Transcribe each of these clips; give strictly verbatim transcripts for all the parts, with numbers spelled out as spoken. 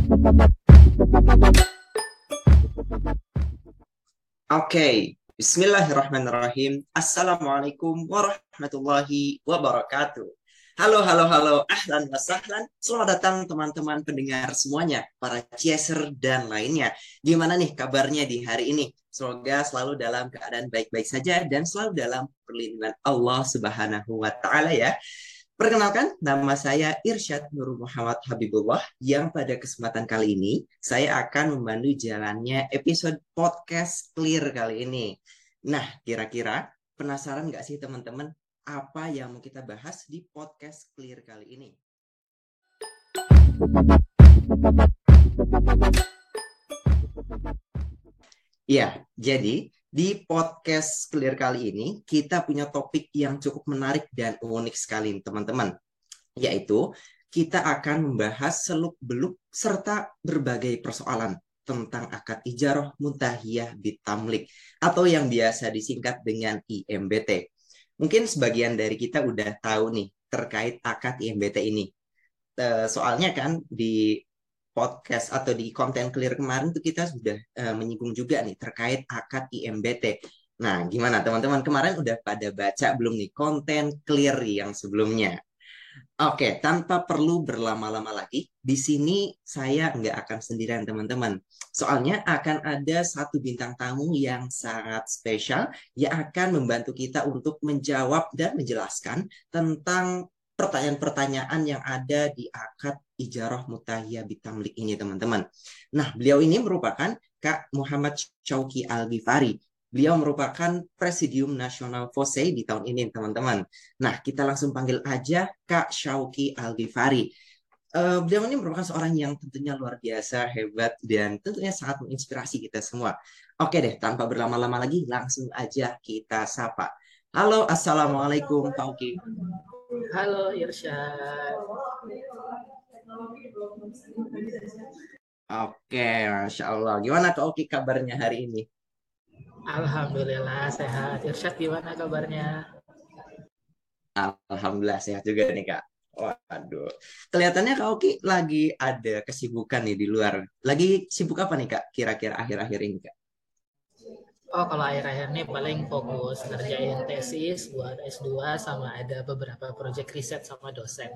Oke, Bismillahirrahmanirrahim. Assalamualaikum warahmatullahi wabarakatuh. Halo, halo, halo, ahlan wa sahlan. Selamat datang teman-teman pendengar semuanya, para chaser dan lainnya. Gimana nih kabarnya di hari ini? Semoga selalu dalam keadaan baik-baik saja dan selalu dalam perlindungan Allah Subhanahu wa Ta'ala ya. Perkenalkan, nama saya Irsyad Nur Muhammad Habibullah yang pada kesempatan kali ini saya akan memandu jalannya episode podcast Clear kali ini. Nah, kira-kira penasaran nggak sih teman-teman apa yang mau kita bahas di podcast Clear kali ini? Ya, jadi di podcast Clear kali ini kita punya topik yang cukup menarik dan unik sekali teman-teman, yaitu kita akan membahas seluk-beluk serta berbagai persoalan tentang akad ijarah muntahiyah bitamlik atau yang biasa disingkat dengan I M B T. Mungkin sebagian dari kita udah tahu nih terkait akad I M B T ini. Eh, Soalnya kan di podcast atau di konten Clear kemarin tuh kita sudah eh, menyinggung juga nih terkait akad I M B T. Nah, gimana teman-teman kemarin udah pada baca belum nih konten Clear yang sebelumnya? Oke, tanpa perlu berlama-lama lagi, di sini saya nggak akan sendirian teman-teman. Soalnya akan ada satu bintang tamu yang sangat spesial yang akan membantu kita untuk menjawab dan menjelaskan tentang pertanyaan-pertanyaan yang ada di akad ijarah mutahiyah bitamlik ini teman-teman. Nah, beliau ini merupakan Kak Muhammad Syauqi Al-Ghifari. Beliau merupakan Presidium Nasional F O S E I di tahun ini, teman-teman. Nah, kita langsung panggil aja Kak Syauqi Al-Ghifari. Uh, beliau ini merupakan seorang yang tentunya luar biasa, hebat, dan tentunya sangat menginspirasi kita semua. Oke deh, tanpa berlama-lama lagi, langsung aja kita sapa. Halo, Assalamualaikum, Kak Uki. Halo, Irsyad. Oke, Masya Allah. Gimana Kak Uki kabarnya hari ini? Alhamdulillah sehat. Irsyad gimana kabarnya? Alhamdulillah sehat juga nih Kak. Waduh, kelihatannya Kak Oki lagi ada kesibukan nih di luar. Lagi sibuk apa nih Kak kira-kira akhir-akhir ini Kak? Oh, kalau akhir-akhir ini paling fokus ngerjain tesis buat S dua sama ada beberapa proyek riset sama dosen.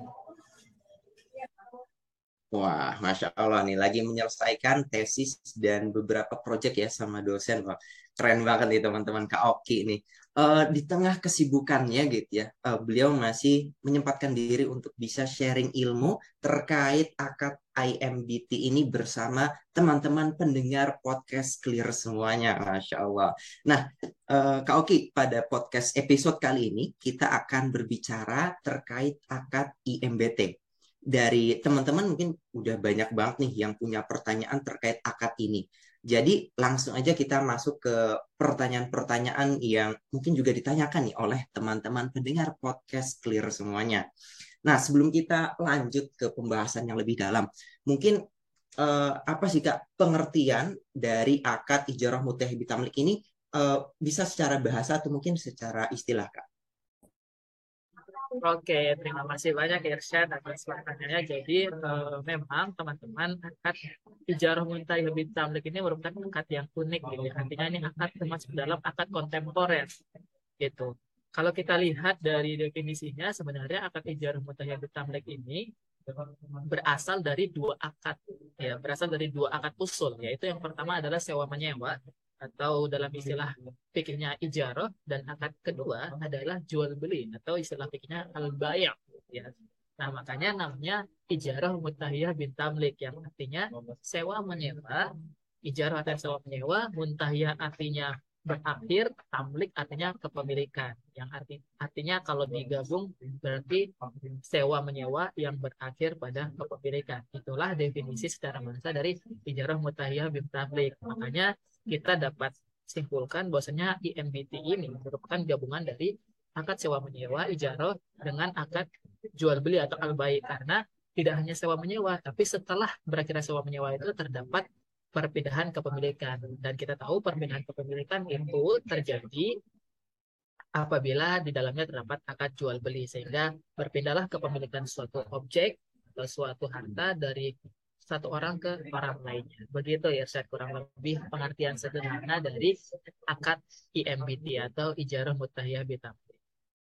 Wah, Masya Allah nih, lagi menyelesaikan tesis dan beberapa proyek ya sama dosen. Wah, keren banget nih teman-teman Kak Oki nih. Eh, di tengah kesibukannya gitu ya, eh, beliau masih menyempatkan diri untuk bisa sharing ilmu terkait akad I M B T ini bersama teman-teman pendengar podcast Clear semuanya. Masya Allah. Nah, eh, Kak Oki, pada podcast episode kali ini kita akan berbicara terkait akad I M B T. Dari teman-teman mungkin udah banyak banget nih yang punya pertanyaan terkait akad ini. Jadi langsung aja kita masuk ke pertanyaan-pertanyaan yang mungkin juga ditanyakan nih oleh teman-teman pendengar podcast Clear semuanya. Nah, sebelum kita lanjut ke pembahasan yang lebih dalam, mungkin eh, apa sih Kak pengertian dari akad ijarah mutahih bitamlik ini, eh, bisa secara bahasa atau mungkin secara istilah Kak? Oke, terima kasih banyak Irsyad atas pertanyaannya. Jadi eh, memang teman-teman akad ijarah muntahiyah bitamlik ini merupakan akad yang unik gitu. Artinya ini akad termasuk dalam akad kontemporer gitu. Kalau kita lihat dari definisinya, sebenarnya akad ijarah muntahiyah bitamlik ini berasal dari dua akad, ya berasal dari dua akad usul, yaitu yang pertama adalah sewa menyewa atau dalam istilah fikihnya ijarah, dan akad kedua adalah jual beli atau istilah fikihnya al-bay', ya. Nah, makanya namanya ijarah muntahiyah bin tamlik yang artinya sewa menyewa. Ijarah atau sewa menyewa, muntahiyah artinya berakhir, tamlik artinya kepemilikan. Yang arti artinya kalau digabung berarti sewa menyewa yang berakhir pada kepemilikan. Itulah definisi secara bahasa dari ijarah muntahiyah bin tamlik. Makanya kita dapat simpulkan bahwasanya I M B T ini merupakan gabungan dari akad sewa menyewa ijarah dengan akad jual beli atau al-bai', karena tidak hanya sewa menyewa, tapi setelah berakhirnya sewa menyewa itu terdapat perpindahan kepemilikan, dan kita tahu perpindahan kepemilikan itu terjadi apabila di dalamnya terdapat akad jual beli, sehingga berpindahlah kepemilikan suatu objek atau suatu harta dari satu orang ke orang lainnya. Begitu ya, saya kurang lebih pengertian sederhana dari akad I M B T atau Ijarah Mutahiyah Bitamlik.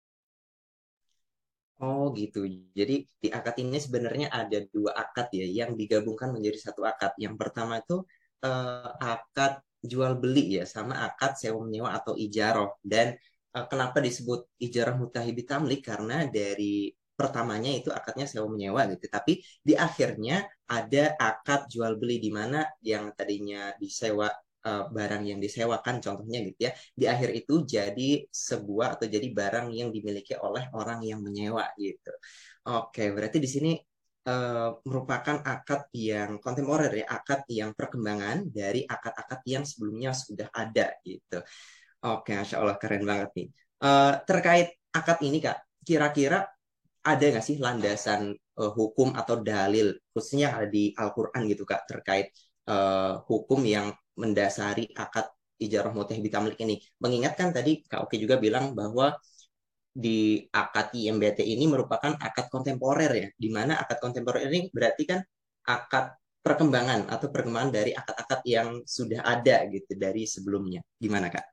Oh gitu. Jadi di akad ini sebenarnya ada dua akad ya yang digabungkan menjadi satu akad. Yang pertama itu eh, akad jual beli ya sama akad sewa menyewa atau ijaroh. Dan eh, kenapa disebut ijarah mutahibi tamlik? Karena dari pertamanya itu akadnya sewa menyewa gitu. Tapi di akhirnya ada akad jual beli di mana yang tadinya disewa eh, barang yang disewakan contohnya gitu ya di akhir itu jadi sebuah atau jadi barang yang dimiliki oleh orang yang menyewa gitu. Oke, berarti di sini eh, merupakan akad yang kontemporer ya, akad yang perkembangan dari akad-akad yang sebelumnya sudah ada gitu. Oke, Masya Allah keren banget nih. Eh, terkait akad ini Kak, kira-kira ada nggak sih landasan eh, hukum atau dalil khususnya yang ada di Al-Quran gitu Kak terkait eh, hukum yang mendasari akad ijarah mutah bitamlik ini. Mengingatkan tadi Kak Oki juga bilang bahwa di akad I M B T ini merupakan akad kontemporer ya, di mana akad kontemporer ini berarti kan akad perkembangan atau perkembangan dari akad-akad yang sudah ada gitu dari sebelumnya. Gimana Kak?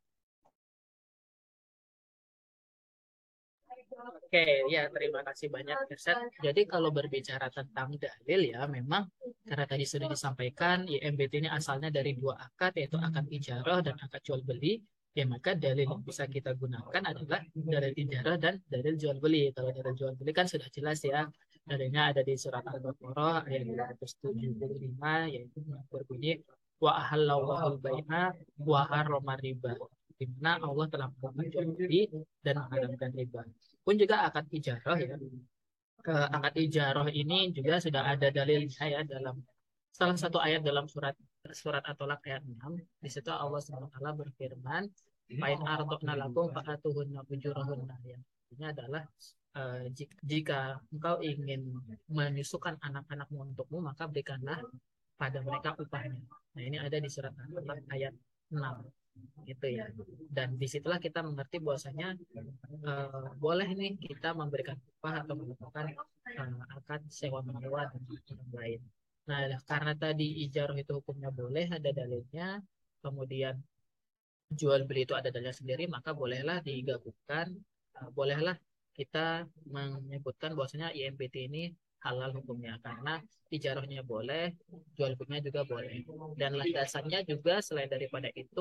Oke, ya terima kasih banyak Irsyad. Jadi kalau berbicara tentang dalil ya memang karena tadi sudah disampaikan I M B T ini asalnya dari dua akad yaitu akad ijarah dan akad jual beli. Ya maka dalil yang bisa kita gunakan adalah dalil ijarah dan dalil jual beli. Kalau dalil jual beli kan sudah jelas ya. Dalilnya ada di surat Al-Baqarah ayat dua ratus tujuh puluh lima yaitu berbunyi wa ahallallahu bai'a wa harrama riba. Di mana Allah telah mengharamkan jual beli dan mengharamkan riba pun juga akad ijarah ya. Eh, akad ijarah ini juga sudah ada dalilnya ya dalam salah satu ayat dalam surat surat At-Tolak ayat enam. Di situ Allah subhanahu wa taala berfirman, "Fa'in ardokna lakum fa'atuhunna ujurahunna." Yang artinya adalah eh, jika, jika engkau ingin menyusukan anak-anakmu untukmu, maka berikanlah pada mereka upahnya. Nah, ini ada di surat At-Tolak ayat enam gitu ya. Dan disitulah kita mengerti bahwasanya eh, boleh nih kita memberikan upah atau melakukan eh, akad sewa menyewa dengan orang lain. Nah, karena tadi ijarah itu hukumnya boleh, ada dalilnya, kemudian jual beli itu ada dalilnya sendiri, maka bolehlah digabungkan, eh, bolehlah kita menyebutkan bahwasanya I M B T ini halal hukumnya karena ijarahnya boleh, jual belinya juga boleh. Dan landasannya juga selain daripada itu,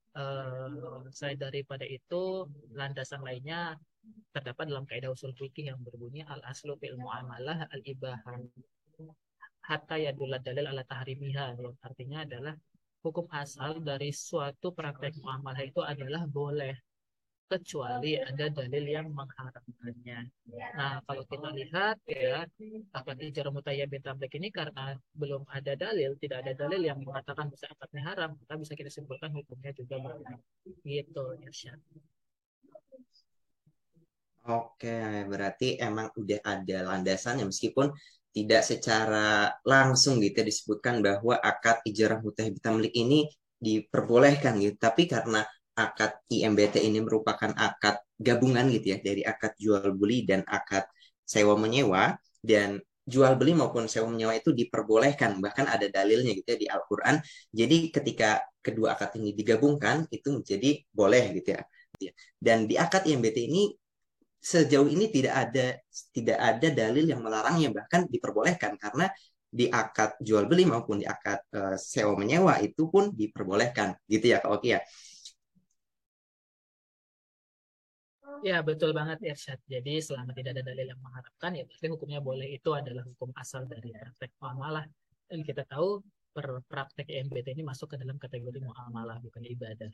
eh, selain daripada itu landasan lainnya terdapat dalam kaidah usul fikih yang berbunyi al aslu fil muamalah al ibahah hatta yadullah dalil ala tahrimiha yang artinya adalah hukum asal dari suatu praktek muamalah itu adalah boleh kecuali ada dalil yang mengharamkannya. Nah, kalau kita lihat ya, akad ijarah mutayyib bin tamlik ini karena belum ada dalil, tidak ada dalil yang mengatakan bisa akadnya haram, maka bisa kita simpulkan hukumnya juga boleh. Gitu, Irsyad. Oke, berarti emang udah ada landasannya meskipun tidak secara langsung gitu ya, disebutkan bahwa akad ijarah mutah bitamlik ini diperbolehkan gitu. Tapi karena akad I M B T ini merupakan akad gabungan gitu ya dari akad jual beli dan akad sewa menyewa dan jual beli maupun sewa menyewa itu diperbolehkan bahkan ada dalilnya gitu ya di Al-Qur'an. Jadi ketika kedua akad ini digabungkan itu menjadi boleh gitu ya. Dan di akad I M B T ini sejauh ini tidak ada tidak ada dalil yang melarangnya bahkan diperbolehkan karena di akad jual beli maupun di akad uh, sewa menyewa itu pun diperbolehkan gitu ya Kak Oki ya. Ya, betul banget ya, Syed. Jadi selama tidak ada dalil yang mengharapkan, ya berarti hukumnya boleh itu adalah hukum asal dari praktek muamalah. Dan kita tahu per praktek I M B T ini masuk ke dalam kategori muamalah, bukan ibadah.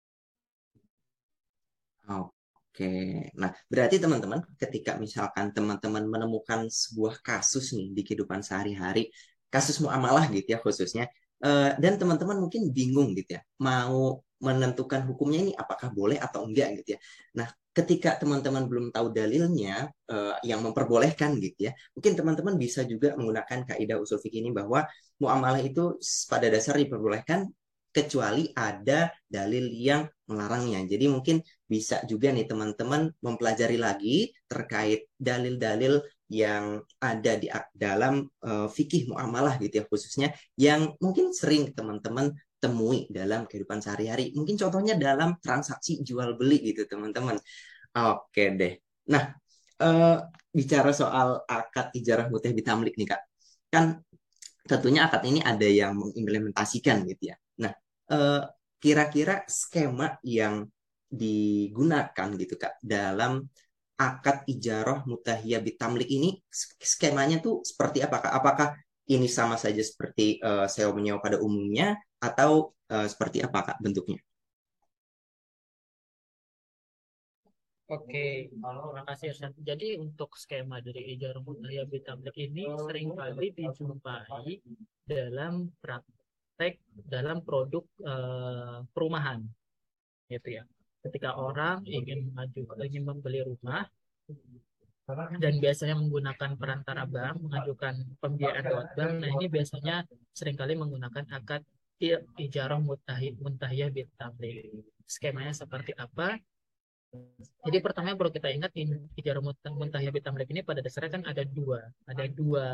Oke, nah berarti teman-teman ketika misalkan teman-teman menemukan sebuah kasus nih di kehidupan sehari-hari, kasus muamalah gitu ya khususnya, eh, dan teman-teman mungkin bingung gitu ya, mau menentukan hukumnya ini apakah boleh atau enggak gitu ya. Nah, ketika teman-teman belum tahu dalilnya eh, yang memperbolehkan gitu ya, mungkin teman-teman bisa juga menggunakan kaidah usul fikih ini bahwa muamalah itu pada dasar diperbolehkan kecuali ada dalil yang melarangnya. Jadi mungkin bisa juga nih teman-teman mempelajari lagi terkait dalil-dalil yang ada di dalam uh, fikih muamalah gitu ya, khususnya yang mungkin sering teman-teman temui dalam kehidupan sehari-hari. Mungkin contohnya dalam transaksi jual beli gitu teman-teman. Oke deh. Nah, eh, bicara soal akad ijarah mutah bitamlik nih Kak. Kan tentunya akad ini ada yang mengimplementasikan gitu ya. Nah, eh, kira-kira skema yang digunakan gitu Kak dalam akad ijarah mutahiyah bitamlik ini skemanya tuh seperti apa Kak? Apakah ini sama saja seperti eh, sewa menyewa pada umumnya atau eh, seperti apa Kak bentuknya? Oke, terima kasih Irsyad. Jadi untuk skema dari ijarah mutahiyah bitamlik ini seringkali dijumpai dalam praktek dalam produk eh, perumahan, gitu ya. Ketika orang ingin maju, ingin membeli rumah dan biasanya menggunakan perantara bank, mengajukan pembiayaan lewat bank, nah ini biasanya seringkali menggunakan akad i- ijarah mutahiyah mutahiyah bitamlik. Skemanya seperti apa? Jadi pertama yang perlu kita ingat in- ijarah muta- muntahiyah bitamlik ini pada dasarnya kan ada dua, ada dua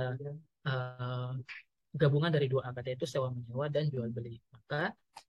eh, gabungan dari dua akad yaitu sewa menyewa dan jual beli. Maka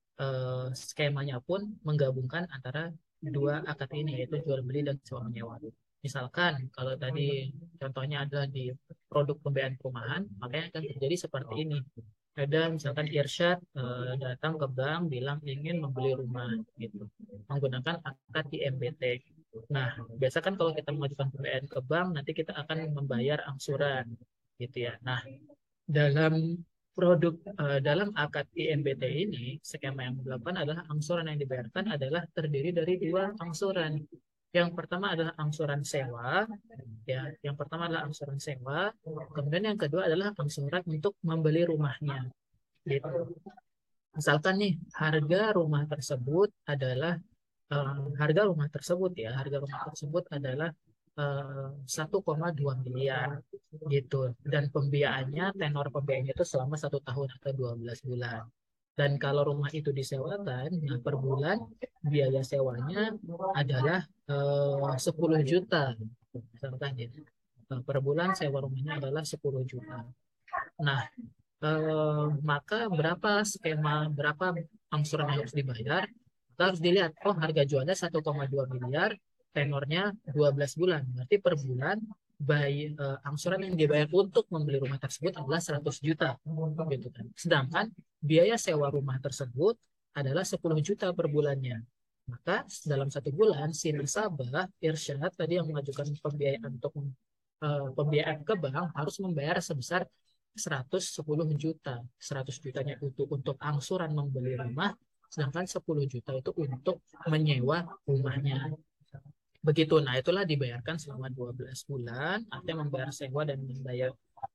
eh, skemanya pun menggabungkan antara dua akad ini yaitu jual beli dan sewa menyewa. Misalkan kalau tadi contohnya adalah di produk pembiayaan perumahan, makanya akan terjadi seperti ini. Ada misalkan Irsyad eh, datang ke bank bilang ingin membeli rumah gitu menggunakan akad I M B T. Nah, biasa kan kalau kita mengajukan pembiayaan ke bank nanti kita akan membayar angsuran gitu ya. Nah, dalam produk eh, dalam akad I M B T ini skema yang dilakukan adalah angsuran yang dibayarkan adalah terdiri dari dua angsuran. Yang pertama adalah angsuran sewa, ya. Yang pertama adalah angsuran sewa, kemudian yang kedua adalah angsuran untuk membeli rumahnya. Gitu. Misalkan nih harga rumah tersebut adalah eh, harga rumah tersebut ya, harga rumah tersebut adalah eh, satu koma dua miliar gitu. Dan pembiayaannya, tenor pembiayaannya itu selama satu tahun atau dua belas bulan. Dan kalau rumah itu disewakan, nah per bulan biaya sewanya adalah eh, sepuluh juta. Misalkan ya. Nah, per bulan sewa rumahnya adalah sepuluh juta. Nah, eh, maka berapa skema, berapa angsuran yang harus dibayar? Kita harus dilihat, oh harga jualnya satu koma dua miliar, tenornya dua belas bulan. Berarti per bulan bay, eh, angsuran yang dibayar untuk membeli rumah tersebut adalah seratus juta. Gitu kan. Sedangkan biaya sewa rumah tersebut adalah sepuluh juta per bulannya. Maka dalam satu bulan si nasabah Irsyad tadi yang mengajukan pembiayaan untuk eh, pembiayaan ke bank harus membayar sebesar seratus sepuluh juta. seratus jutanya itu untuk angsuran membeli rumah, sedangkan sepuluh juta itu untuk menyewa rumahnya. Begitu. Nah, itulah dibayarkan selama dua belas bulan, artinya membayar sewa dan membayar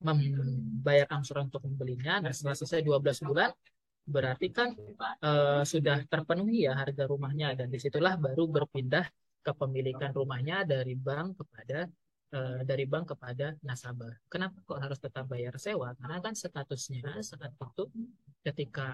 membayar angsuran untuk membelinya. Nah, setelah selesai dua belas bulan, berarti kan eh, sudah terpenuhi ya harga rumahnya dan disitulah baru berpindah kepemilikan rumahnya dari bank kepada eh, dari bank kepada nasabah. Kenapa kok harus tetap bayar sewa? Karena kan statusnya saat itu ketika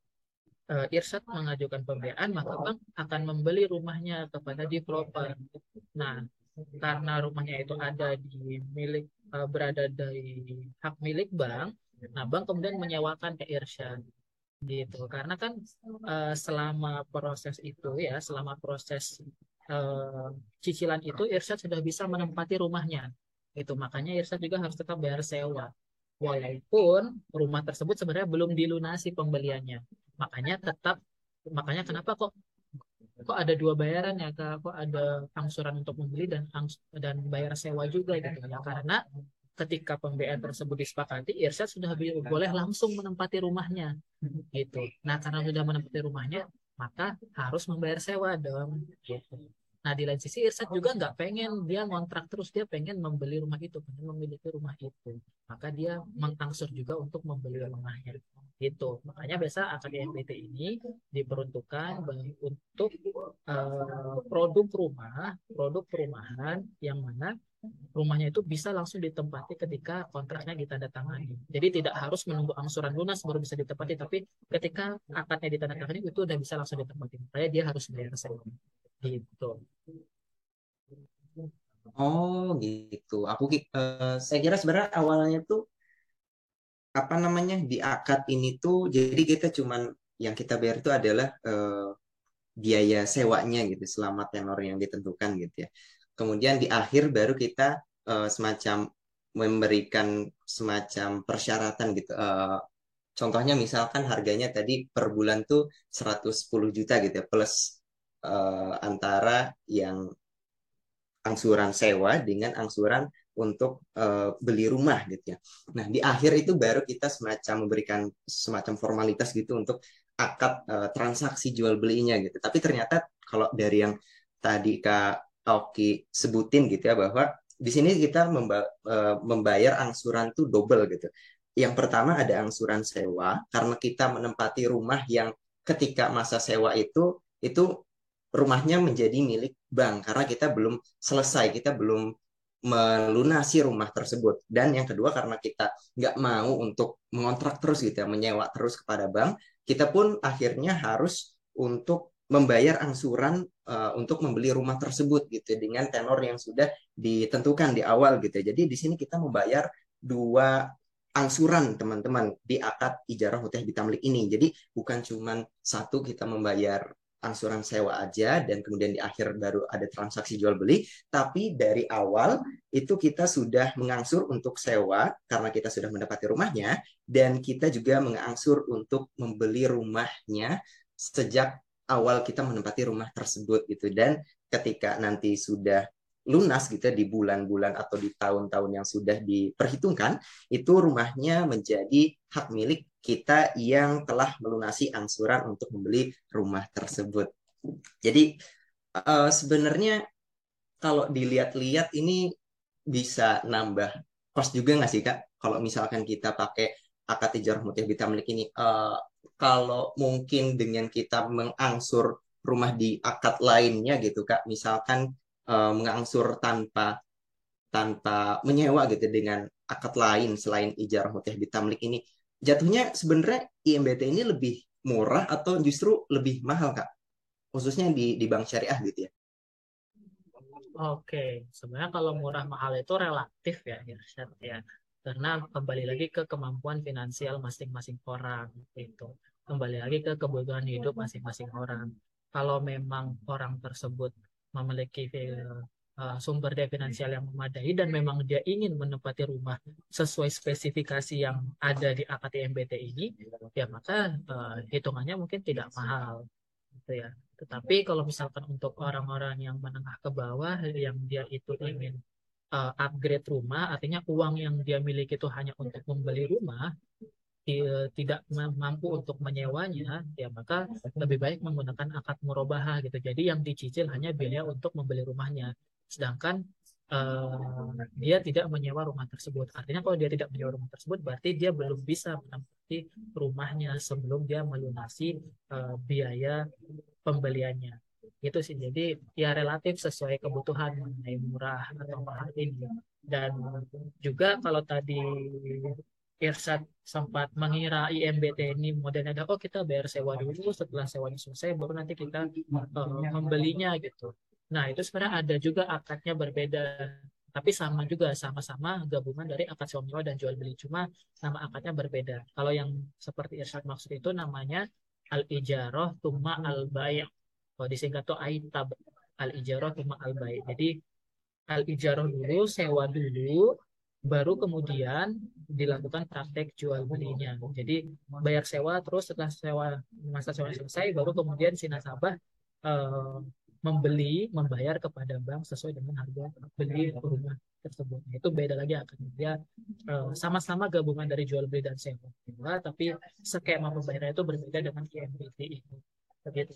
eh, Irsyad mengajukan pembiayaan, maka bank akan membeli rumahnya kepada developer. Nah, karena rumahnya itu ada di milik eh, berada di hak milik bank, nah bank kemudian menyewakan ke Irsyad gitu. Karena kan eh, selama proses itu ya, selama proses eh, cicilan itu Irsyad sudah bisa menempati rumahnya. Itu makanya Irsyad juga harus tetap bayar sewa. Walaupun rumah tersebut sebenarnya belum dilunasi pembeliannya. Makanya tetap makanya kenapa kok kok ada dua bayaran ya Kak? Kok ada angsuran untuk membeli dan angs dan bayar sewa juga gitu ya? Karena ketika pembiayaan tersebut disepakati, Irsyad sudah bi- boleh langsung menempati rumahnya gitu. Nah, karena sudah menempati rumahnya, maka harus membayar sewa dong gitu. Nah, di lain sisi Irsyad juga nggak pengen dia ngontrak terus, dia pengen membeli rumah itu, pengen memiliki rumah itu. Maka dia mengangsur juga untuk membeli rumahnya gitu. Makanya biasa akad I M B T ini diperuntukkan bagi- untuk eh, produk rumah, produk perumahan yang mana rumahnya itu bisa langsung ditempati ketika kontraknya ditandatangani. Jadi tidak harus menunggu angsuran lunas baru bisa ditempati, tapi ketika akadnya ditandatangani itu udah bisa langsung ditempati. Makanya dia harus bayar sewa. Gitu. Oh gitu. Aku ki- eh, saya kira sebenarnya awalnya tuh apa namanya di akad ini tuh jadi kita cuman yang kita bayar itu adalah eh, biaya sewanya gitu selama tenor yang ditentukan gitu ya. Kemudian di akhir baru kita eh, semacam memberikan semacam persyaratan gitu. Eh, contohnya misalkan harganya tadi per bulan tuh seratus sepuluh juta gitu ya plus eh, antara yang angsuran sewa dengan angsuran untuk uh, beli rumah gitu ya. Nah, di akhir itu baru kita semacam memberikan semacam formalitas gitu untuk akad uh, transaksi jual belinya gitu. Tapi ternyata kalau dari yang tadi Kak Oki sebutin gitu ya bahwa di sini kita memba uh, membayar angsuran tuh double gitu. Yang pertama ada angsuran sewa karena kita menempati rumah yang ketika masa sewa itu itu rumahnya menjadi milik bank karena kita belum selesai, kita belum melunasi rumah tersebut. Dan yang kedua karena kita nggak mau untuk mengontrak terus gitu ya, menyewa terus kepada bank, kita pun akhirnya harus untuk membayar angsuran uh, untuk membeli rumah tersebut gitu dengan tenor yang sudah ditentukan di awal gitu ya. Jadi di sini kita membayar dua angsuran teman-teman di akad ijarah huteh bitamlik ini. Jadi bukan cuma satu kita membayar angsuran sewa aja dan kemudian di akhir baru ada transaksi jual beli, tapi dari awal itu kita sudah mengangsur untuk sewa karena kita sudah mendapati rumahnya dan kita juga mengangsur untuk membeli rumahnya sejak awal kita menempati rumah tersebut gitu dan ketika nanti sudah lunas gitu ya, di bulan-bulan atau di tahun-tahun yang sudah diperhitungkan itu rumahnya menjadi hak milik kita yang telah melunasi angsuran untuk membeli rumah tersebut. Jadi uh, sebenarnya kalau dilihat-lihat ini bisa nambah cost juga nggak sih Kak? Kalau misalkan kita pakai akad ijarah mutih bitamlik ini, uh, kalau mungkin dengan kita mengangsur rumah di akad lainnya gitu Kak, misalkan uh, mengangsur tanpa tanpa menyewa gitu dengan akad lain selain ijarah mutih bitamlik ini, jatuhnya sebenarnya I M B T ini lebih murah atau justru lebih mahal Kak? Khususnya di di bank syariah gitu ya. Oke, sebenarnya kalau murah mahal itu relatif ya, Irsyad ya. Karena kembali lagi ke kemampuan finansial masing-masing orang itu. Kembali lagi ke kebutuhan hidup masing-masing orang. Kalau memang orang tersebut memiliki eh, sumber daya finansial yang memadai dan memang dia ingin menempati rumah sesuai spesifikasi yang ada di akad I M B T ini, ya maka eh, hitungannya mungkin tidak mahal gitu ya. Tetapi kalau misalkan untuk orang-orang yang menengah ke bawah yang dia itu ingin uh, upgrade rumah, artinya uang yang dia miliki itu hanya untuk membeli rumah, ti- tidak ma- mampu untuk menyewanya, ya maka lebih baik menggunakan akad murabahah gitu. Jadi yang dicicil hanya biaya untuk membeli rumahnya. Sedangkan eh, dia tidak menyewa rumah tersebut. Artinya kalau dia tidak menyewa rumah tersebut, berarti dia belum bisa menempati rumahnya sebelum dia melunasi eh, biaya pembeliannya. Itu sih. Jadi ya relatif sesuai kebutuhan mengenai murah atau mahal ini. Dan juga kalau tadi Irsad sempat mengira I M B T ini modelnya ada, oh kita bayar sewa dulu, setelah sewanya selesai baru nanti kita eh, membelinya gitu. Nah itu sebenarnya ada juga akadnya berbeda, tapi sama juga, sama-sama gabungan dari akad sewa menyewa dan jual beli, cuma nama akadnya berbeda. Kalau yang seperti Irsad maksud itu namanya al-ijarah tuma al-bay'. Kalau disingkat tuh aitab, al-ijarah tuma al-bay'. Jadi al-ijarah dulu, sewa dulu, baru kemudian dilakukan praktek jual belinya. Jadi bayar sewa terus setelah sewa masa sewa selesai baru kemudian si nasabah eh, membeli membayar kepada bank sesuai dengan harga beli rumah tersebut. Nah, itu beda lagi akan dia eh, sama-sama gabungan dari jual beli dan sewa. Sewa, tapi skema pembayaran itu berbeda dengan I M B T itu. Begitu.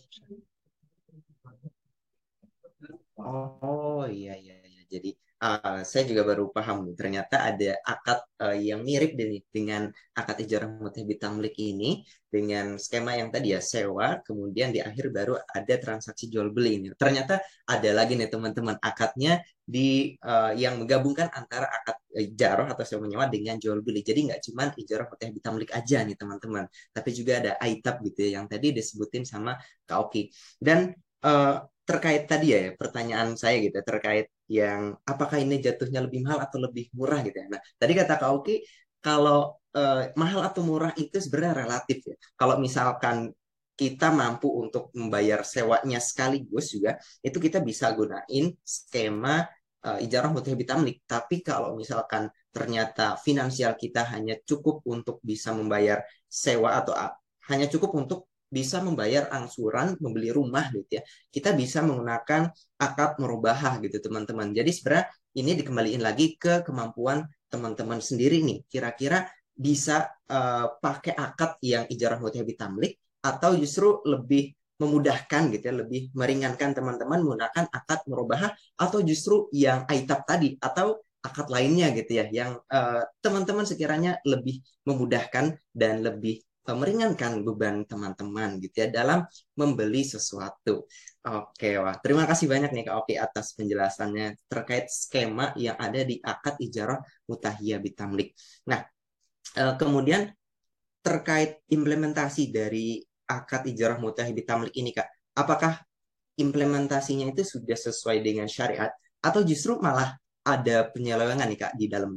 Oh iya iya iya. Jadi uh, saya juga baru paham nih. Ternyata ada akad uh, yang mirip dengan, dengan akad ijarah mutih bitamlik ini dengan skema yang tadi ya sewa, kemudian di akhir baru ada transaksi jual beli ini. Ternyata ada lagi nih teman-teman akadnya di uh, yang menggabungkan antara akad ijarah atau sewa menyewa dengan jual beli. Jadi nggak cuma ijarah mutih bitamlik aja nih teman-teman, tapi juga ada aitab gitu ya yang tadi disebutin sama Kak Oki. Dan eh, terkait tadi ya pertanyaan saya gitu ya, terkait yang apakah ini jatuhnya lebih mahal atau lebih murah gitu ya. Nah, tadi kata Kak Oki kalau eh, mahal atau murah itu sebenarnya relatif ya. Kalau misalkan kita mampu untuk membayar sewanya sekaligus juga, itu kita bisa gunain skema eh, ijarah mutahibit tamlik. Tapi kalau misalkan ternyata finansial kita hanya cukup untuk bisa membayar sewa atau a- hanya cukup untuk bisa membayar angsuran membeli rumah gitu ya. Kita bisa menggunakan akad murabahah gitu teman-teman. Jadi sebenarnya ini dikembaliin lagi ke kemampuan teman-teman sendiri nih. Kira-kira bisa eh, pakai akad yang ijarah mutahibit tamlik atau justru lebih memudahkan gitu ya, lebih meringankan teman-teman menggunakan akad murabahah atau justru yang aitab tadi atau akad lainnya gitu ya yang eh, teman-teman sekiranya lebih memudahkan dan lebih eh, meringankan beban teman-teman gitu ya dalam membeli sesuatu. Oke, wah terima kasih banyak nih Kak Oki atas penjelasannya terkait skema yang ada di akad ijarah mutahiyah bitamlik. Nah, eh, kemudian terkait implementasi dari akad ijarah mutahiyah bitamlik ini Kak, apakah implementasinya itu sudah sesuai dengan syariat atau justru malah ada penyelewengan nih Kak di dalamnya?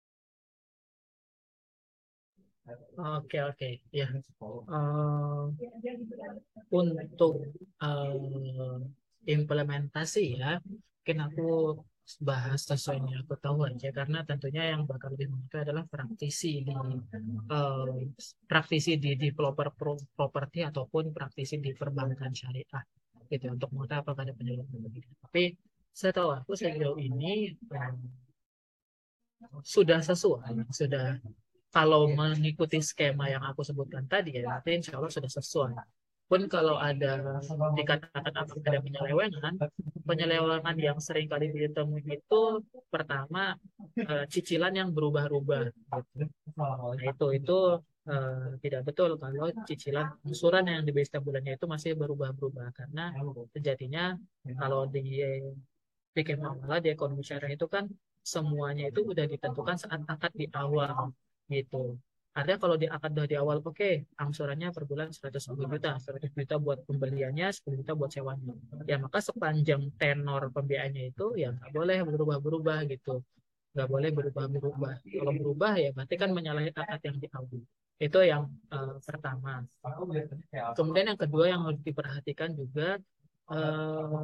Oke, oke. Ya. Eh, untuk eh, implementasi ya, mungkin aku bahas sesuai yang aku tahu aja karena tentunya yang bakal lebih membantu adalah praktisi di eh, praktisi di developer pro- properti ataupun praktisi di perbankan syariah gitu ya, untuk mengetahui apakah ada penyelewengan begitu. Tapi saya tahu aku sejauh ini eh, sudah sesuai, sudah kalau mengikuti skema yang aku sebutkan tadi ya, nanti insya Allah sudah sesuai. Pun kalau ada dikatakan apakah ada penyelewengan, penyelewengan yang sering kali ditemui itu pertama eh, cicilan yang berubah-ubah. Gitu. Nah itu itu eh, tidak betul kalau cicilan angsuran yang diberi setiap bulannya itu masih berubah-ubah karena sejatinya kalau di bikin muamalah di ekonomi syariah itu kan semuanya itu udah ditentukan saat akad di awal gitu. Artinya kalau di akad udah di awal, oke, okay, angsurannya per bulan seratus juta, seratus juta buat pembeliannya, sepuluh juta buat sewanya. Ya maka sepanjang tenor pembiayaannya itu ya nggak boleh berubah-berubah gitu. Nggak boleh berubah-berubah. Kalau berubah ya berarti kan menyalahi akad yang di awal. Itu yang eh, pertama. Kemudian yang kedua yang harus diperhatikan juga eh,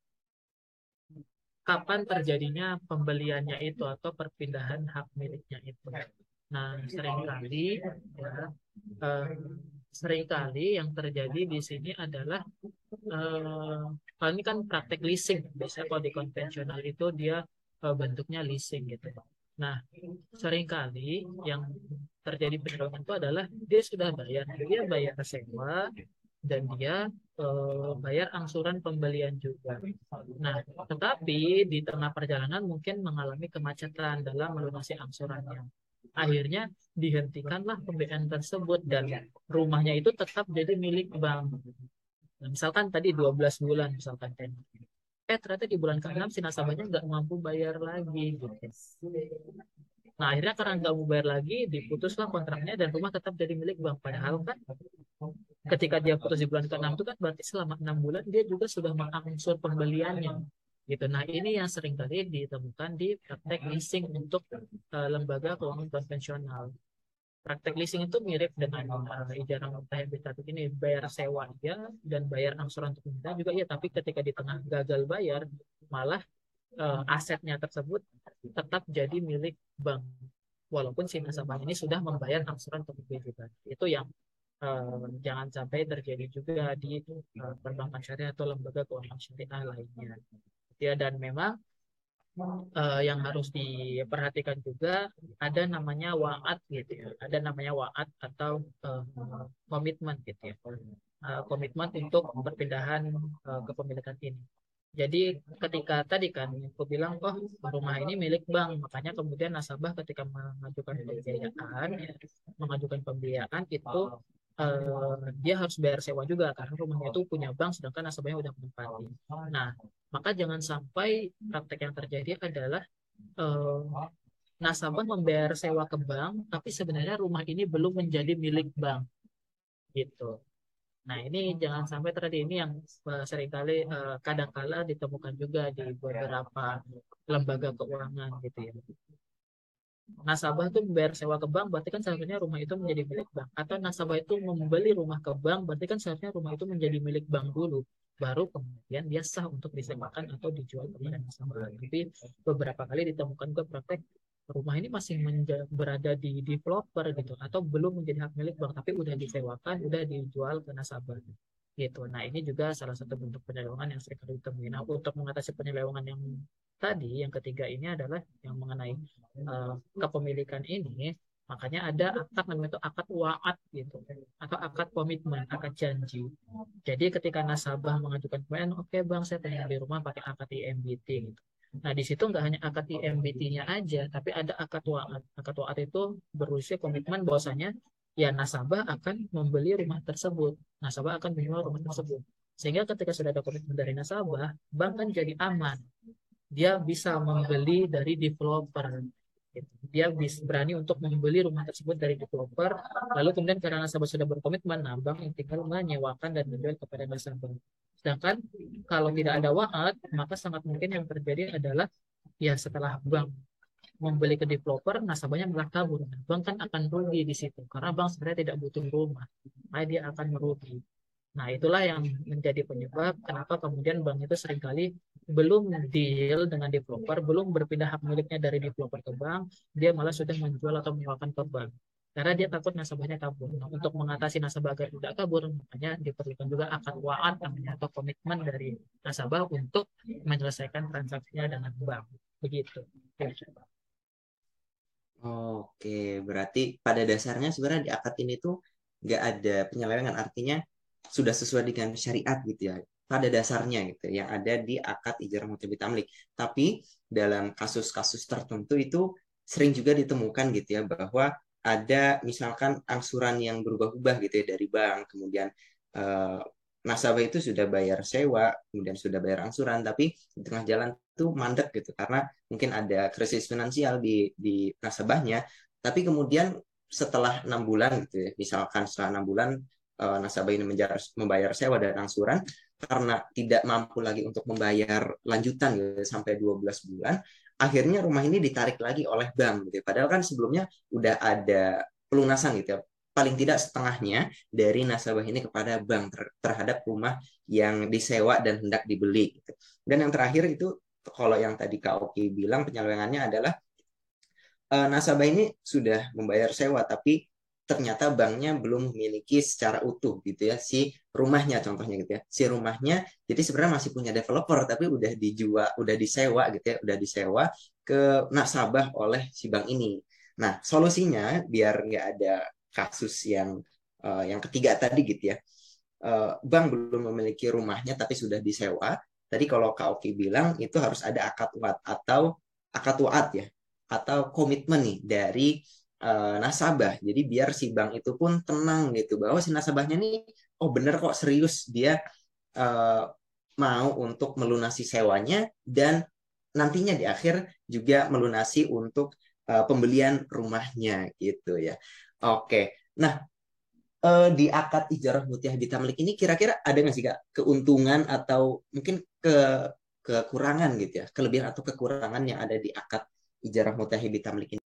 kapan terjadinya pembeliannya itu atau perpindahan hak miliknya itu. Nah, seringkali ya, eh, seringkali yang terjadi di sini adalah eh, kalau ini kan praktek leasing. Biasanya kalau di konvensional itu dia eh, bentuknya leasing gitu. Nah, seringkali yang terjadi penyelewengan itu adalah dia sudah bayar, dia bayar sewa dan dia eh, bayar angsuran pembelian juga. Nah, tetapi di tengah perjalanan mungkin mengalami kemacetan dalam melunasi angsurannya. Akhirnya dihentikanlah pembiayaan tersebut dan rumahnya itu tetap jadi milik bank. Nah, misalkan tadi dua belas bulan misalkan kan. Eh ternyata di bulan keenam si nasabahnya nggak mampu bayar lagi gitu. Nah akhirnya karena nggak mau bayar lagi diputuslah kontraknya dan rumah tetap jadi milik bank. Padahal kan ketika dia putus di bulan keenam itu kan berarti selama enam bulan dia juga sudah mengangsur pembeliannya gitu. Nah ini yang sering kali ditemukan di praktek leasing untuk eh, lembaga keuangan konvensional. Praktek leasing itu mirip dengan uh, ijarah mutah yang kita ini bayar sewa ya dan bayar angsuran untuk pindah juga ya, tapi ketika di tengah gagal bayar malah uh, asetnya tersebut tetap jadi milik bank walaupun si nasabah ini sudah membayar angsuran untuk juga. Itu yang uh, jangan sampai terjadi juga di uh, perbankan syariah atau lembaga keuangan syariah lainnya. Ya dan memang eh, yang harus diperhatikan juga ada namanya waat gitu ya. Ada namanya waat atau eh, komitmen gitu ya. Eh, komitmen untuk perpindahan eh, kepemilikan ini. Jadi ketika tadi kan aku bilang oh rumah ini milik bank, makanya kemudian nasabah ketika mengajukan pembiayaan, ya, mengajukan pembiayaan itu eh, dia harus bayar sewa juga karena rumahnya itu punya bank sedangkan nasabahnya udah menempati. Nah, maka jangan sampai praktek yang terjadi adalah eh, nasabah membayar sewa ke bank, tapi sebenarnya rumah ini belum menjadi milik bank gitu. Nah, ini jangan sampai terjadi ini yang uh, seringkali uh, kadang-kala ditemukan juga di beberapa lembaga keuangan gitu ya. Nasabah itu membayar sewa ke bank, berarti kan seharusnya rumah itu menjadi milik bank. Atau nasabah itu membeli rumah ke bank, berarti kan seharusnya rumah itu menjadi milik bank dulu. Baru kemudian dia sah untuk disewakan atau dijual kepada nasabah. Tapi beberapa kali ditemukan juga praktek rumah ini masih menja- berada di developer gitu, atau belum menjadi hak milik bank, tapi udah disewakan, udah dijual ke nasabah gitu. Nah, ini juga salah satu bentuk penyelewengan yang sering kali ditemui. Nah, untuk mengatasi penyelewengan yang tadi, yang ketiga ini adalah yang mengenai uh, kepemilikan ini, makanya ada akad namanya itu akad waat gitu, atau akad komitmen, akad janji. Jadi ketika nasabah mengajukan permohonan, oke okay, bang, saya pengen beli rumah pakai akad I M B T gitu. Nah, di situ nggak hanya akad I M B T-nya aja, tapi ada akad waat. Akad waat itu berusia komitmen bahwasanya ya nasabah akan membeli rumah tersebut, nasabah akan menjual rumah tersebut. Sehingga ketika sudah ada komitmen dari nasabah, bank kan jadi aman, dia bisa membeli dari developer gitu. Dia bisa berani untuk membeli rumah tersebut dari developer, lalu kemudian karena nasabah sudah berkomitmen, nah bank yang tinggal menyewakan dan menjual kepada nasabah. Sedangkan kalau tidak ada waat, maka sangat mungkin yang terjadi adalah ya setelah bank membeli ke developer, nasabahnya malah kabur. Nah, bank kan akan rugi di situ karena bank sebenarnya tidak butuh rumah, makanya dia akan merugi. Nah, itulah yang menjadi penyebab kenapa kemudian bank itu seringkali belum deal dengan developer, belum berpindah hak miliknya dari developer ke bank, dia malah sudah menjual atau menyewakan ke bank. Karena dia takut nasabahnya kabur. Nah, untuk mengatasi nasabah agar tidak kabur, makanya diperlukan juga akad waat namanya atau komitmen dari nasabah untuk menyelesaikan transaksinya dengan bank. Begitu. Oke, berarti pada dasarnya sebenarnya di akad ini tuh nggak ada penyelewengan, artinya sudah sesuai dengan syariat gitu ya. Pada dasarnya gitu, yang ada di akad ijarah mutabik tamlik. Tapi dalam kasus-kasus tertentu itu sering juga ditemukan gitu ya bahwa ada misalkan angsuran yang berubah-ubah gitu ya dari bank, kemudian eh, nasabah itu sudah bayar sewa, kemudian sudah bayar angsuran, tapi di tengah jalan tuh mandek gitu karena mungkin ada krisis finansial di di nasabahnya, tapi kemudian setelah enam bulan gitu ya, misalkan setelah enam bulan uh, nasabah ini membayar, membayar sewa dan angsuran karena tidak mampu lagi untuk membayar lanjutan gitu, sampai dua belas bulan, akhirnya rumah ini ditarik lagi oleh bank gitu. Padahal kan sebelumnya udah ada pelunasan gitu ya, paling tidak setengahnya dari nasabah ini kepada bank ter terhadap rumah yang disewa dan hendak dibeli gitu. Dan yang terakhir itu kalau yang tadi Kak Oki bilang penyelewengannya adalah uh, nasabah ini sudah membayar sewa tapi ternyata banknya belum memiliki secara utuh gitu ya si rumahnya, contohnya gitu ya, si rumahnya jadi sebenarnya masih punya developer tapi udah dijual, udah disewa gitu ya, udah disewa ke nasabah oleh si bank ini. Nah, solusinya biar nggak ada kasus yang uh, yang ketiga tadi gitu ya, uh, bank belum memiliki rumahnya tapi sudah disewa. Tadi kalau Kak Oki bilang itu harus ada akad waat atau akad waat ya, atau komitmen nih dari uh, nasabah. Jadi biar si bank itu pun tenang gitu bahwa si nasabahnya nih, oh bener kok serius dia uh, mau untuk melunasi sewanya dan nantinya di akhir juga melunasi untuk uh, pembelian rumahnya gitu ya. Oke. Nah, eh, di akad ijarah mutiah bitamlik ini kira-kira ada nggak sih Kak keuntungan atau mungkin ke kekurangan gitu ya, kelebihan atau kekurangan yang ada di akad ijarah mutiah bitamlik ini?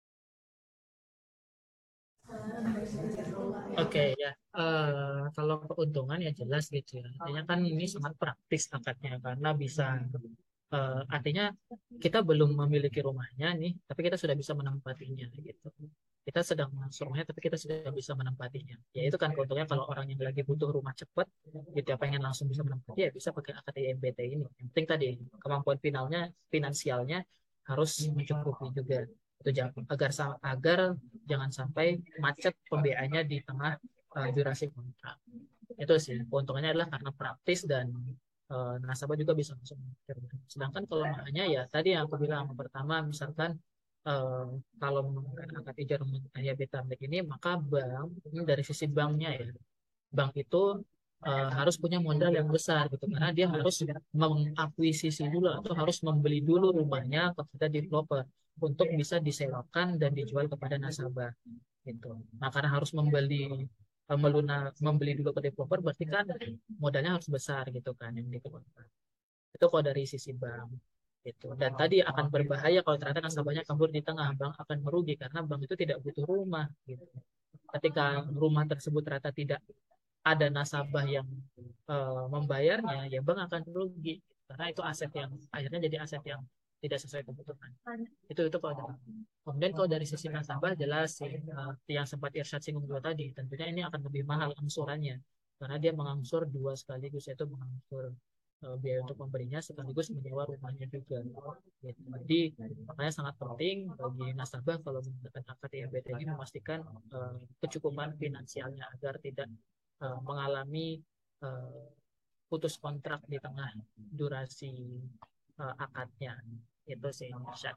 Oke ya, Eh, kalau keuntungan ya jelas gitu ya. Artinya kan ini sangat praktis akadnya karena bisa eh, artinya kita belum memiliki rumahnya nih, tapi kita sudah bisa menempatinya gitu. Kita sedang masuk rumahnya, tapi kita sudah bisa menempatinya. Ya itu kan keuntungannya kalau orang yang lagi butuh rumah cepat, gitu ya pengen langsung bisa menempati ya bisa pakai akad I M B T ini. Yang penting tadi kemampuan finalnya, finansialnya harus mencukupi juga itu jangan agar agar jangan sampai macet pembiayaannya di tengah uh, durasi kontrak. Itu sih keuntungannya adalah karena praktis dan uh, nasabah juga bisa langsung mengatur. Sedangkan kalau makanya ya tadi yang aku bilang pertama misalkan uh, kalau menggunakan akad ijar ya beta ini maka bank ini dari sisi banknya ya bank itu uh, harus punya modal yang besar gitu karena dia harus mengakuisisi dulu atau harus membeli dulu rumahnya kepada developer untuk bisa disewakan dan dijual kepada nasabah gitu. Nah, karena harus membeli eh, meluna membeli dulu ke developer, berarti kan modalnya harus besar gitu kan yang dikeluarkan. Itu kalau dari sisi bank gitu. Dan tadi akan berbahaya kalau ternyata nasabahnya kabur di tengah, bank akan merugi karena bank itu tidak butuh rumah gitu. Ketika rumah tersebut ternyata tidak ada nasabah yang eh, membayarnya, ya bank akan rugi karena itu aset yang akhirnya jadi aset yang tidak sesuai kebutuhan. Itu itu kalau dari. Kemudian kalau dari sisi nasabah jelas sih, eh, yang sempat Irsyad singgung dua tadi, tentunya ini akan lebih mahal angsurannya karena dia mengangsur dua sekaligus, yaitu mengangsur eh, biaya untuk memberinya sekaligus menyewa rumahnya juga. Gitu. Jadi makanya sangat penting bagi nasabah kalau menggunakan akad I M B T ini memastikan eh, kecukupan finansialnya agar tidak eh, mengalami eh, putus kontrak di tengah durasi eh, akadnya. Itu sih Irsyad.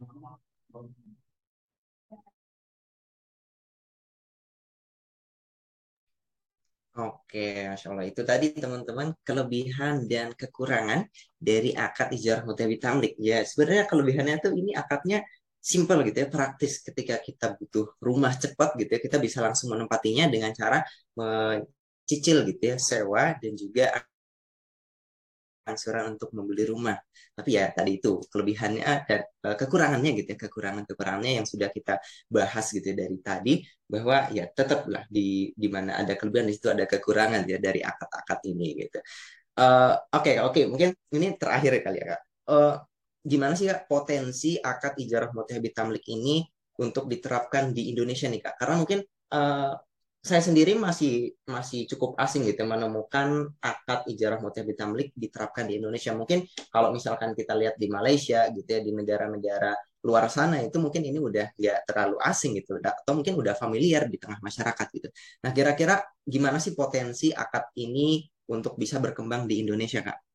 Oke, Masya Allah. Itu tadi teman-teman kelebihan dan kekurangan dari akad ijarah mutewi tamlik. Ya, sebenarnya kelebihannya tuh ini akadnya simple gitu ya, praktis ketika kita butuh rumah cepat gitu ya, kita bisa langsung menempatinya dengan cara mencicil gitu ya, sewa dan juga angsuran untuk membeli rumah. Tapi ya tadi itu kelebihannya dan eh, kekurangannya gitu ya, kekurangan-kekurangannya yang sudah kita bahas gitu ya dari tadi bahwa ya tetaplah di di mana ada kelebihan di situ ada kekurangan ya dari akad-akad ini gitu. Eh, Oke oke mungkin ini terakhir kali ya Kak. Eh, Gimana sih Kak potensi akad ijarah mutehabit tamlik ini untuk diterapkan di Indonesia nih Kak? Karena mungkin eh, saya sendiri masih masih cukup asing gitu menemukan akad ijarah mutehabit tamlik diterapkan di Indonesia. Mungkin kalau misalkan kita lihat di Malaysia gitu ya di negara-negara luar sana itu mungkin ini udah nggak terlalu asing gitu atau mungkin udah familiar di tengah masyarakat gitu. Nah kira-kira gimana sih potensi akad ini untuk bisa berkembang di Indonesia Kak?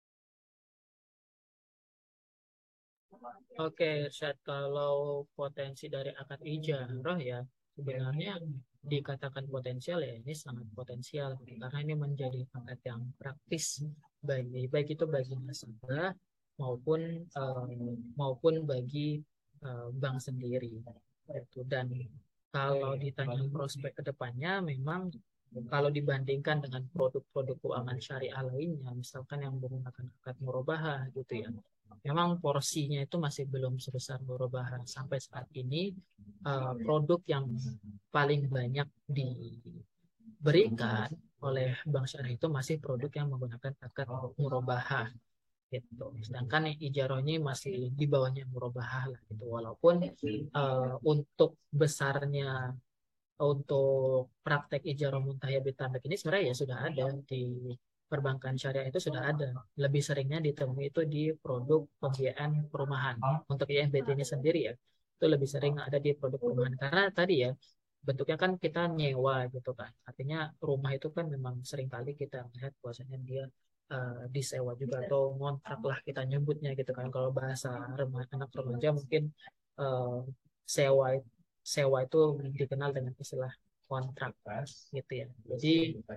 Oke, Irsyad, kalau potensi dari akad ijarah ya sebenarnya dikatakan potensial ya ini sangat potensial karena ini menjadi akad yang praktis bagi baik itu bagi nasabah maupun eh, maupun bagi eh, bank sendiri. Itu dan kalau ditanya prospek ke depannya memang kalau dibandingkan dengan produk-produk keuangan syariah lainnya, misalkan yang menggunakan akad murabahah gitu ya, memang porsinya itu masih belum sebesar murabahah. Sampai saat ini eh, produk yang paling banyak diberikan oleh bank syariah itu masih produk yang menggunakan akad murabahah gitu. Sedangkan ijarohnya masih di bawahnya murabahah lah gitu. Walaupun eh, untuk besarnya untuk praktek ijarah muntahyah bitamlik ini sebenarnya ya sudah ada di perbankan syariah itu sudah ada. Lebih seringnya ditemui itu di produk pembiayaan perumahan. Untuk I M B T ini sendiri ya, itu lebih sering ada di produk perumahan. Karena tadi ya, bentuknya kan kita nyewa gitu kan. Artinya rumah itu kan memang sering kali kita melihat bahwasanya dia eh, disewa juga atau ngontrak lah kita nyebutnya gitu kan. Kalau bahasa remaja, anak remaja mungkin eh, sewa sewa itu dikenal dengan istilah kontrak gitu ya. Jadi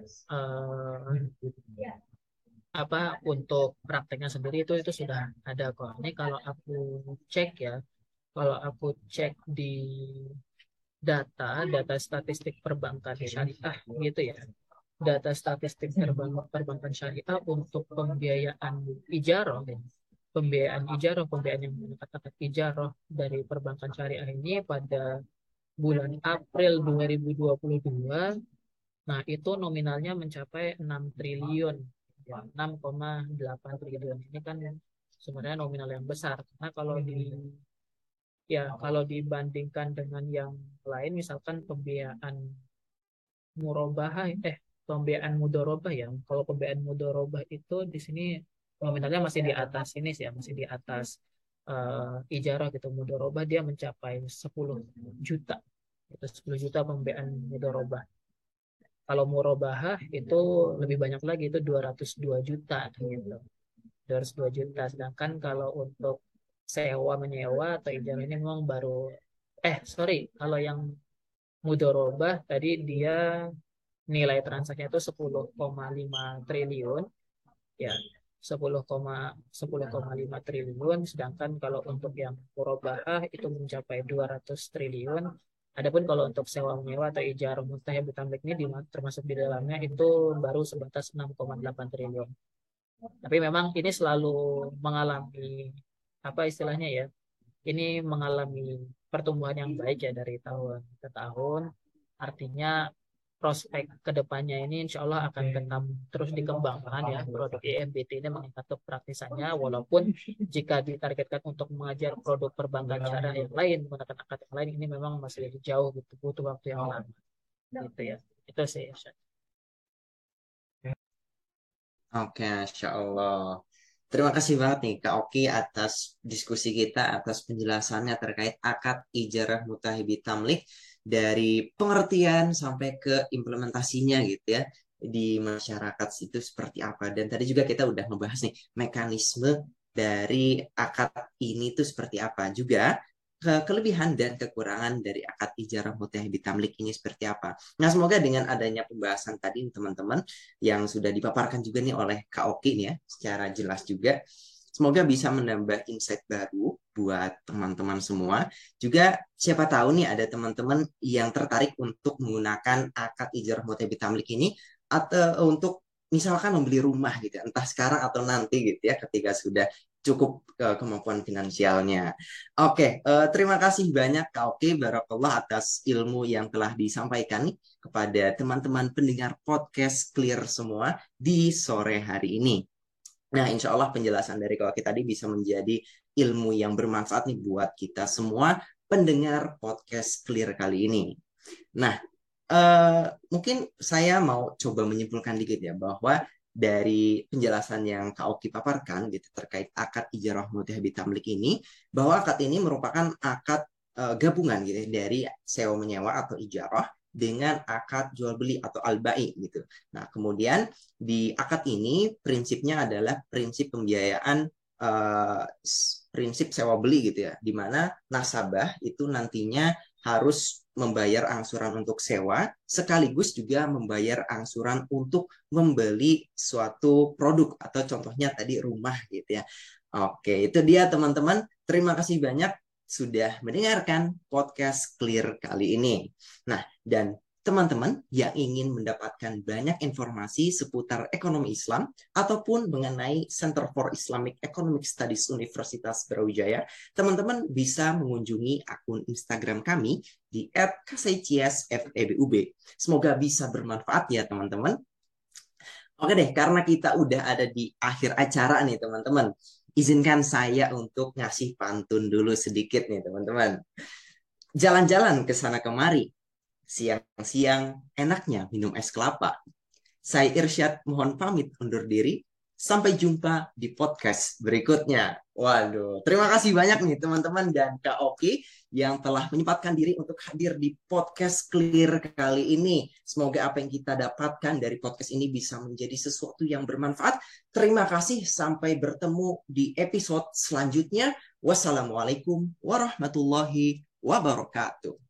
eh, apa untuk prakteknya sendiri itu itu sudah ada kok. Ini kalau aku cek ya, kalau aku cek di data data statistik perbankan syariah gitu ya. Data statistik perbankan, perbankan syariah untuk pembiayaan ijarah ya. Pembiayaan ijarah, pembiayaan yang menggunakan ijarah dari perbankan syariah ini pada bulan April dua ribu dua puluh dua, nah itu nominalnya mencapai enam triliun, ya, enam koma delapan triliun. Ini kan sebenarnya nominal yang besar. Nah kalau di ya kalau dibandingkan dengan yang lain, misalkan pembiayaan murabahah, eh pembiayaan mudorobah ya. Kalau pembiayaan mudorobah itu di sini nominalnya masih di atas ini sih ya, masih di atas eh, ijarah gitu. Mudorobah dia mencapai sepuluh juta. Itu sepuluh juta pembiayaan mudorobah. Kalau murabahah itu lebih banyak lagi itu dua ratus dua juta gitu. dua ratus dua juta. Sedangkan kalau untuk sewa menyewa atau ijarah ini memang baru eh sorry, kalau yang mudorobah tadi dia nilai transaksinya itu sepuluh koma lima triliun ya, sepuluh sepuluh koma lima triliun. Sedangkan kalau untuk yang murabahah itu mencapai dua ratus triliun, Adapun kalau untuk sewa menyewa atau ijarah multahya bitamlik ini di- termasuk di dalamnya itu baru sebatas enam koma delapan triliun. Tapi memang ini selalu mengalami apa istilahnya ya? Ini mengalami pertumbuhan yang baik ya dari tahun ke tahun. Artinya prospek kedepannya ini insya Allah akan tetap terus dikembangkan ya produk I M B T ini meningkat kepraktisannya walaupun jika ditargetkan untuk mengajar produk perbankan syariah yang lain menggunakan akad yang lain ini memang masih jauh gitu butuh waktu yang lama gitu ya itu sih Irsyad. Oke, Masya Allah. Terima kasih banget nih Kak Oki atas diskusi kita, atas penjelasannya terkait akad ijarah mutahibi tamlik dari pengertian sampai ke implementasinya gitu ya di masyarakat itu seperti apa. Dan tadi juga kita udah membahas nih mekanisme dari akad ini tuh seperti apa. Juga ke- kelebihan dan kekurangan dari akad ijarah mutahibi tamlik ini seperti apa. Nah, semoga dengan adanya pembahasan tadi teman-teman yang sudah dipaparkan juga nih oleh Kak Oki nih ya, secara jelas juga. Semoga bisa menambah insight baru buat teman-teman semua. Juga siapa tahu nih ada teman-teman yang tertarik untuk menggunakan akad ijarah mutebi tamlik ini atau untuk misalkan membeli rumah gitu, ya, entah sekarang atau nanti gitu ya, ketika sudah cukup uh, kemampuan finansialnya. Oke, uh, terima kasih banyak Kak Oki, Barakallah atas ilmu yang telah disampaikan nih kepada teman-teman pendengar podcast Clear semua di sore hari ini. Nah, insya Allah penjelasan dari Kak Oki tadi bisa menjadi ilmu yang bermanfaat nih buat kita semua pendengar podcast Clear kali ini. Nah, eh, mungkin saya mau coba menyimpulkan dikit ya bahwa dari penjelasan yang Kak Oki paparkan gitu terkait akad ijarah mutahibi tamlik ini, bahwa akad ini merupakan akad eh, gabungan gitu ya, dari sewa menyewa atau ijarah dengan akad jual beli atau al-bai gitu. Nah, kemudian di akad ini prinsipnya adalah prinsip pembiayaan eh, prinsip sewa beli gitu ya, di mana nasabah itu nantinya harus membayar angsuran untuk sewa, sekaligus juga membayar angsuran untuk membeli suatu produk atau contohnya tadi rumah gitu ya. Oke, itu dia teman-teman. Terima kasih banyak sudah mendengarkan podcast Clear kali ini. Nah, dan teman-teman yang ingin mendapatkan banyak informasi seputar ekonomi Islam ataupun mengenai Center for Islamic Economic Studies Universitas Brawijaya, teman-teman bisa mengunjungi akun Instagram kami di et kasaichiasfebub. Semoga bisa bermanfaat ya teman-teman. Oke deh, karena kita udah ada di akhir acara nih teman-teman. Izinkan saya untuk ngasih pantun dulu sedikit nih teman-teman. Jalan-jalan ke sana kemari. Siang-siang enaknya minum es kelapa. Saya Irsyad mohon pamit undur diri. Sampai jumpa di podcast berikutnya. Waduh, terima kasih banyak nih teman-teman dan Kak Oki yang telah menyempatkan diri untuk hadir di podcast Clear kali ini. Semoga apa yang kita dapatkan dari podcast ini bisa menjadi sesuatu yang bermanfaat. Terima kasih, sampai bertemu di episode selanjutnya. Wassalamualaikum warahmatullahi wabarakatuh.